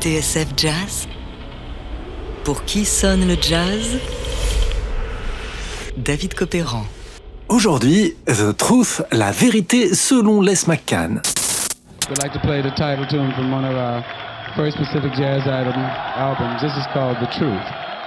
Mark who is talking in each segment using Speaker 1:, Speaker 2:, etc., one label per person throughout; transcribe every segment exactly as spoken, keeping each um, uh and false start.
Speaker 1: T S F Jazz. Pour qui sonne le jazz? David Copéran.
Speaker 2: Aujourd'hui, The Truth, la vérité selon Les McCann.
Speaker 3: We'd like to play the title tune from one of our first Pacific Jazz album, albums. This is called The Truth.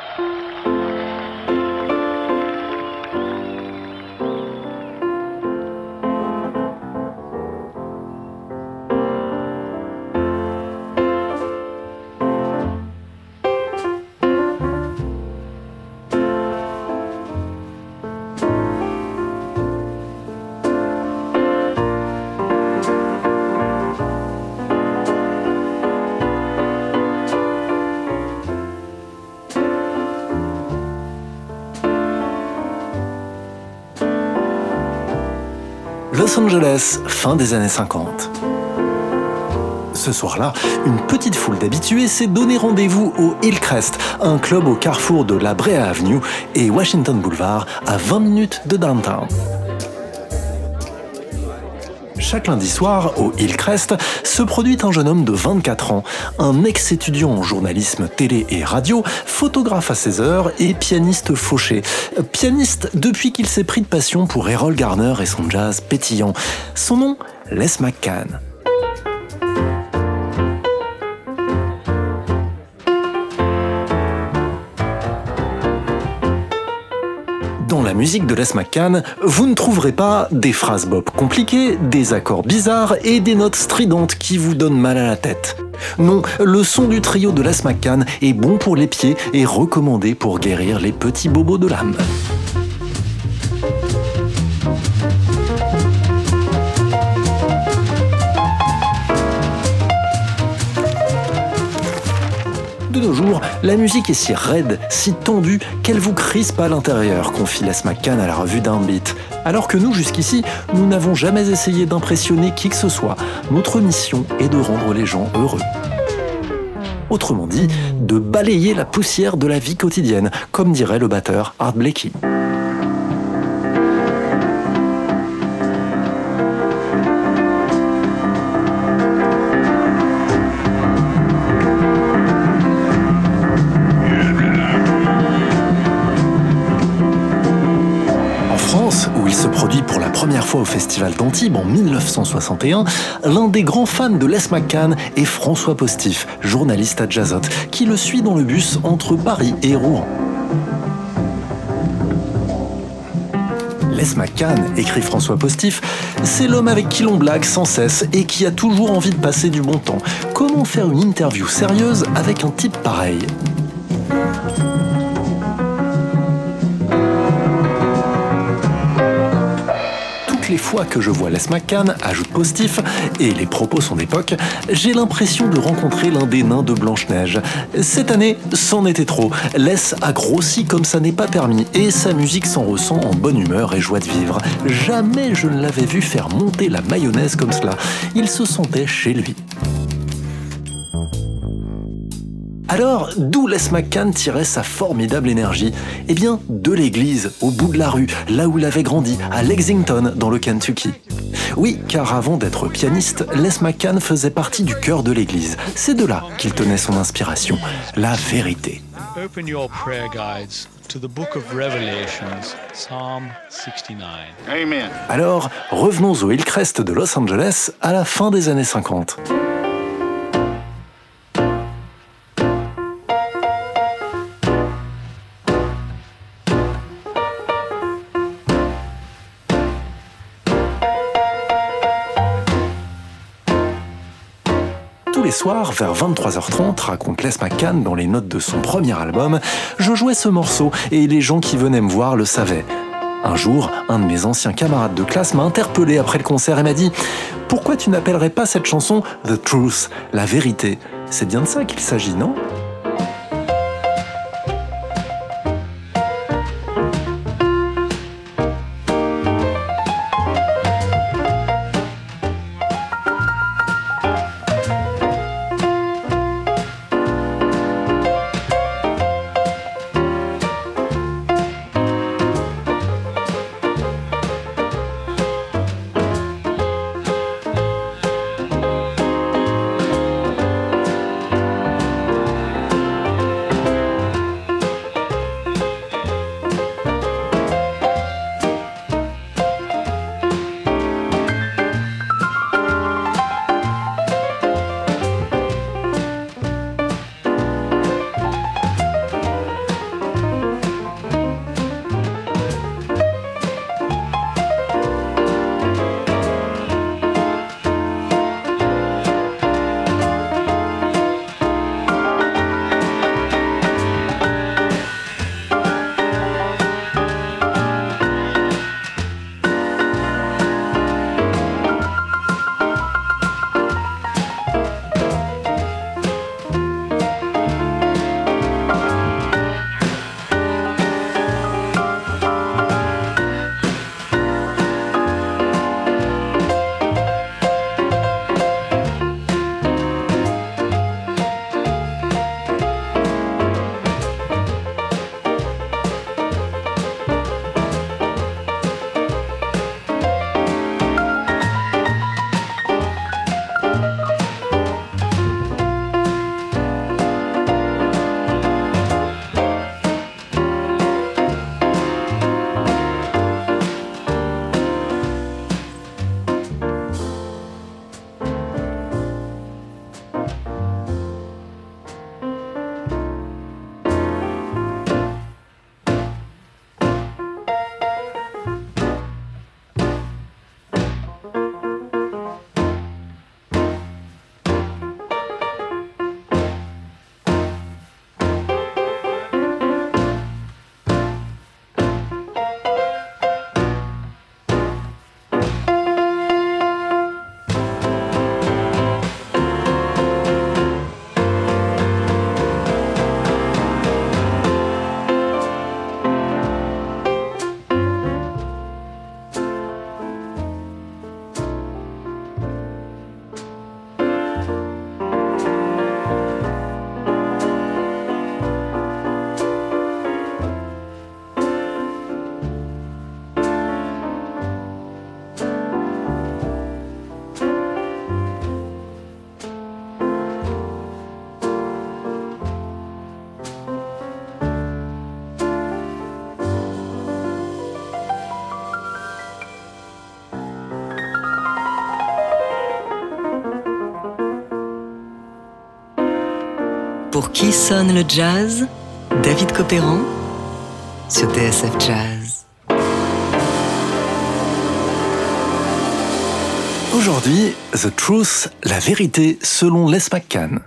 Speaker 2: Los Angeles, fin des années cinquante. Ce soir-là, une petite foule d'habitués s'est donné rendez-vous au Hillcrest, un club au carrefour de la Brea Avenue et Washington Boulevard, à vingt minutes de downtown. Chaque lundi soir, au Hillcrest, se produit un jeune homme de vingt-quatre ans, un ex-étudiant en journalisme télé et radio, photographe à ses heures et pianiste fauché. Pianiste depuis qu'il s'est pris de passion pour Errol Garner et son jazz pétillant. Son nom, Les McCann. Dans la musique de Les McCann, vous ne trouverez pas des phrases bop compliquées, des accords bizarres et des notes stridentes qui vous donnent mal à la tête. Non, le son du trio de Les McCann est bon pour les pieds et recommandé pour guérir les petits bobos de l'âme. De nos jours, la musique est si raide, si tendue, qu'elle vous crispe à l'intérieur, confie Les McCann à la revue Downbeat. Alors que nous, jusqu'ici, nous n'avons jamais essayé d'impressionner qui que ce soit. Notre mission est de rendre les gens heureux. Autrement dit, de balayer la poussière de la vie quotidienne, comme dirait le batteur Art Blakey. Où il se produit pour la première fois au Festival d'Antibes en mille neuf cent soixante et un, l'un des grands fans de Les McCann est François Postif, journaliste à Jazzote, qui le suit dans le bus entre Paris et Rouen. Les McCann, écrit François Postif, c'est l'homme avec qui l'on blague sans cesse et qui a toujours envie de passer du bon temps. Comment faire une interview sérieuse avec un type pareil ? Les fois que je vois Les McCann, ajoute Postif, et les propos sont d'époque, j'ai l'impression de rencontrer l'un des nains de Blanche-Neige. Cette année, c'en était trop. Les a grossi comme ça n'est pas permis, et sa musique s'en ressent en bonne humeur et joie de vivre. Jamais je ne l'avais vu faire monter la mayonnaise comme cela. Il se sentait chez lui. Alors, d'où Les McCann tirait sa formidable énergie ? Eh bien, de l'église, au bout de la rue, là où il avait grandi, à Lexington, dans le Kentucky. Oui, car avant d'être pianiste, Les McCann faisait partie du chœur de l'église. C'est de là qu'il tenait son inspiration, la vérité.
Speaker 4: Open your prayer guides to the book of Revelations, Psalm sixty-nine.
Speaker 2: Amen. Alors, revenons au Hillcrest de Los Angeles à la fin des années cinquante. Tous les soirs, vers vingt-trois heures trente, raconte Les McCann dans les notes de son premier album, je jouais ce morceau et les gens qui venaient me voir le savaient. Un jour, un de mes anciens camarades de classe m'a interpellé après le concert et m'a dit « Pourquoi tu n'appellerais pas cette chanson The Truth, la vérité ? C'est bien de ça qu'il s'agit, non ?»
Speaker 1: Pour qui sonne le jazz? David Copéran sur T S F Jazz.
Speaker 2: Aujourd'hui, The Truth, la vérité selon Les McCann.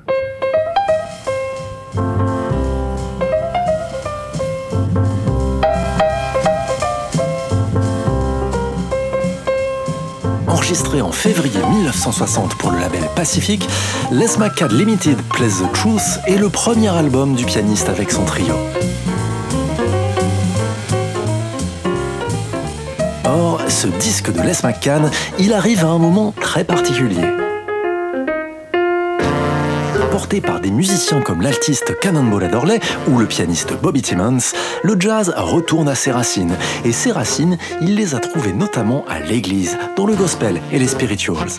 Speaker 2: Enregistré en février mille neuf cent soixante pour le label Pacific, Les McCann Limited Plays The Truth est le premier album du pianiste avec son trio. Or, ce disque de Les McCann, il arrive à un moment très particulier. Porté par des musiciens comme l'altiste Cannonball Adderley ou le pianiste Bobby Timmons, le jazz retourne à ses racines. Et ses racines, il les a trouvées notamment à l'église, dans le gospel et les spirituals.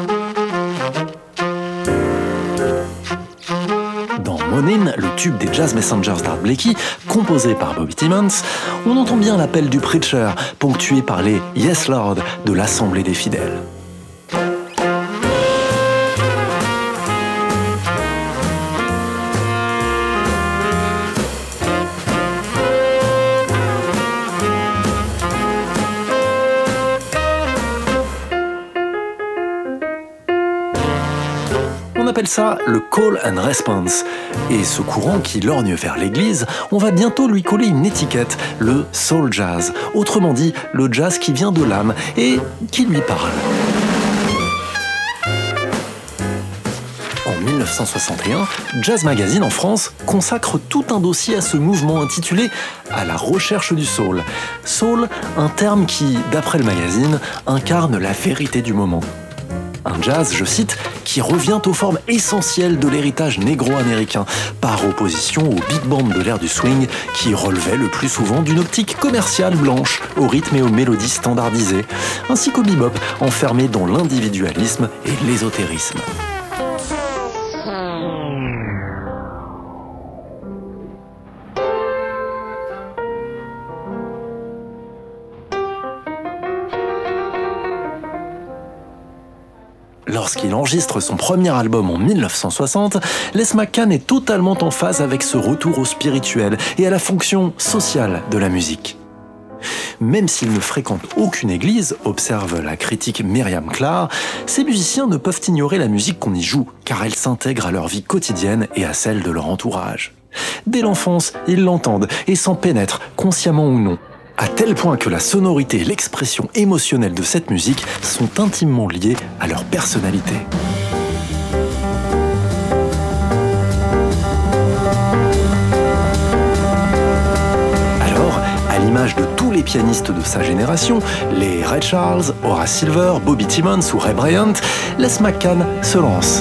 Speaker 2: Dans Monin, le tube des Jazz Messengers d'Art Blakey, composé par Bobby Timmons, on entend bien l'appel du preacher, ponctué par les « Yes Lord » de l'Assemblée des fidèles. On appelle ça le call and response. Et ce courant qui lorgne vers l'église, on va bientôt lui coller une étiquette, le soul jazz. Autrement dit, le jazz qui vient de l'âme et qui lui parle. En mille neuf cent soixante et un, Jazz Magazine en France consacre tout un dossier à ce mouvement intitulé « À la recherche du soul ». Soul, un terme qui, d'après le magazine, incarne la vérité du moment. Un jazz, je cite, qui revient aux formes essentielles de l'héritage négro-américain, par opposition au big band de l'ère du swing, qui relevait le plus souvent d'une optique commerciale blanche, au rythme et aux mélodies standardisées, ainsi qu'au bebop, enfermé dans l'individualisme et l'ésotérisme. Lorsqu'il enregistre son premier album en mille neuf cent soixante, Les McCann est totalement en phase avec ce retour au spirituel et à la fonction sociale de la musique. Même s'il ne fréquente aucune église, observe la critique Myriam Clark, ces musiciens ne peuvent ignorer la musique qu'on y joue, car elle s'intègre à leur vie quotidienne et à celle de leur entourage. Dès l'enfance, ils l'entendent et s'en pénètrent, consciemment ou non. À tel point que la sonorité et l'expression émotionnelle de cette musique sont intimement liées à leur personnalité. Alors, à l'image de tous les pianistes de sa génération, les Ray Charles, Horace Silver, Bobby Timmons ou Ray Bryant, Les McCann se lance.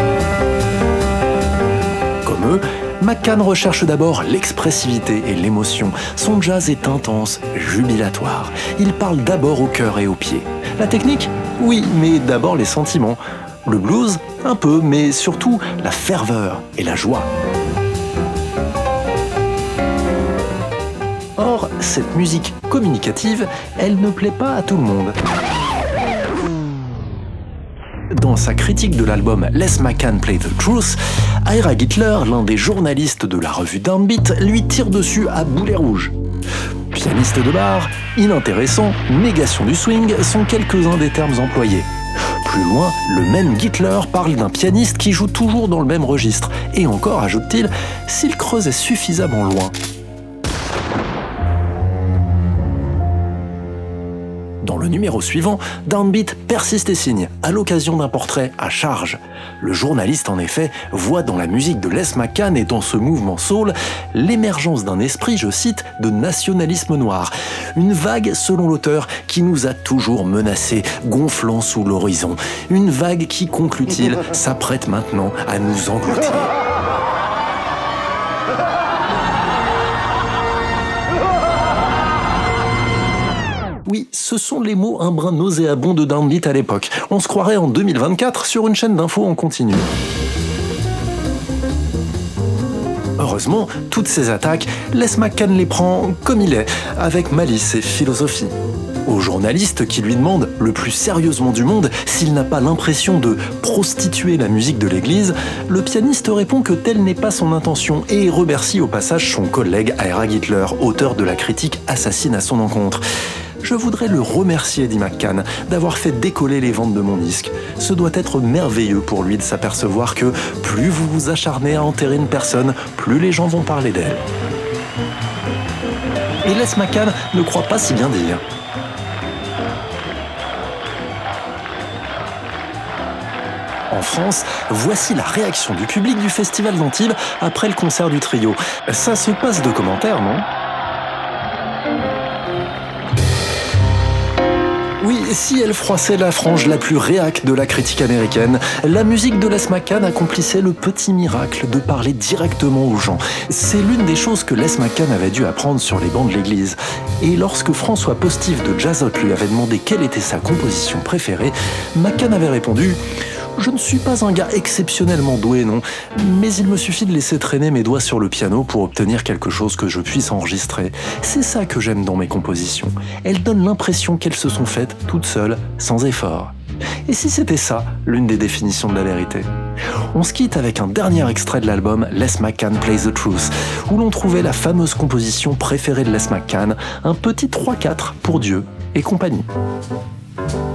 Speaker 2: Comme eux, McCann recherche d'abord l'expressivité et l'émotion. Son jazz est intense, jubilatoire. Il parle d'abord au cœur et aux pieds. La technique? Oui, mais d'abord les sentiments. Le blues? Un peu, mais surtout la ferveur et la joie. Or, cette musique communicative, elle ne plaît pas à tout le monde. Dans sa critique de l'album Les McCann Play the Truth, Ira Gitler, l'un des journalistes de la revue Downbeat, lui tire dessus à boulet rouge. Pianiste de bar, inintéressant, négation du swing sont quelques-uns des termes employés. Plus loin, le même Gitler parle d'un pianiste qui joue toujours dans le même registre. Et encore, ajoute-t-il, s'il creusait suffisamment loin. Dans le numéro suivant, Downbeat persiste et signe, à l'occasion d'un portrait à charge. Le journaliste, en effet, voit dans la musique de Les McCann et dans ce mouvement soul l'émergence d'un esprit, je cite, de nationalisme noir. Une vague, selon l'auteur, qui nous a toujours menacés, gonflant sous l'horizon. Une vague qui, conclut-il, s'apprête maintenant à nous engloutir. Oui, ce sont les mots un brin nauséabonds de Downbeat à l'époque. On se croirait en deux mille vingt-quatre sur une chaîne d'infos en continu. Heureusement, toutes ces attaques, Les McCann les prend comme il est, avec malice et philosophie. Au journaliste qui lui demande, le plus sérieusement du monde, s'il n'a pas l'impression de prostituer la musique de l'église, le pianiste répond que telle n'est pas son intention et remercie au passage son collègue Ira Gitler, auteur de la critique assassine à son encontre. Je voudrais le remercier, dit McCann, d'avoir fait décoller les ventes de mon disque. Ce doit être merveilleux pour lui de s'apercevoir que plus vous vous acharnez à enterrer une personne, plus les gens vont parler d'elle. Et Les McCann ne croit pas si bien dire. En France, voici la réaction du public du Festival d'Antibes après le concert du trio. Ça se passe de commentaires, non ? Oui, si elle froissait la frange la plus réac de la critique américaine, la musique de Les McCann accomplissait le petit miracle de parler directement aux gens. C'est l'une des choses que Les McCann avait dû apprendre sur les bancs de l'église. Et lorsque François Postif de Jazzot lui avait demandé quelle était sa composition préférée, McCann avait répondu « Je ne suis pas un gars exceptionnellement doué, non, mais il me suffit de laisser traîner mes doigts sur le piano pour obtenir quelque chose que je puisse enregistrer. C'est ça que j'aime dans mes compositions. Elles donnent l'impression qu'elles se sont faites toutes seules, sans effort. » Et si c'était ça, l'une des définitions de la vérité ? On se quitte avec un dernier extrait de l'album Les McCann Play the Truth, où l'on trouvait la fameuse composition préférée de Les McCann, un petit trois quatre pour Dieu et compagnie.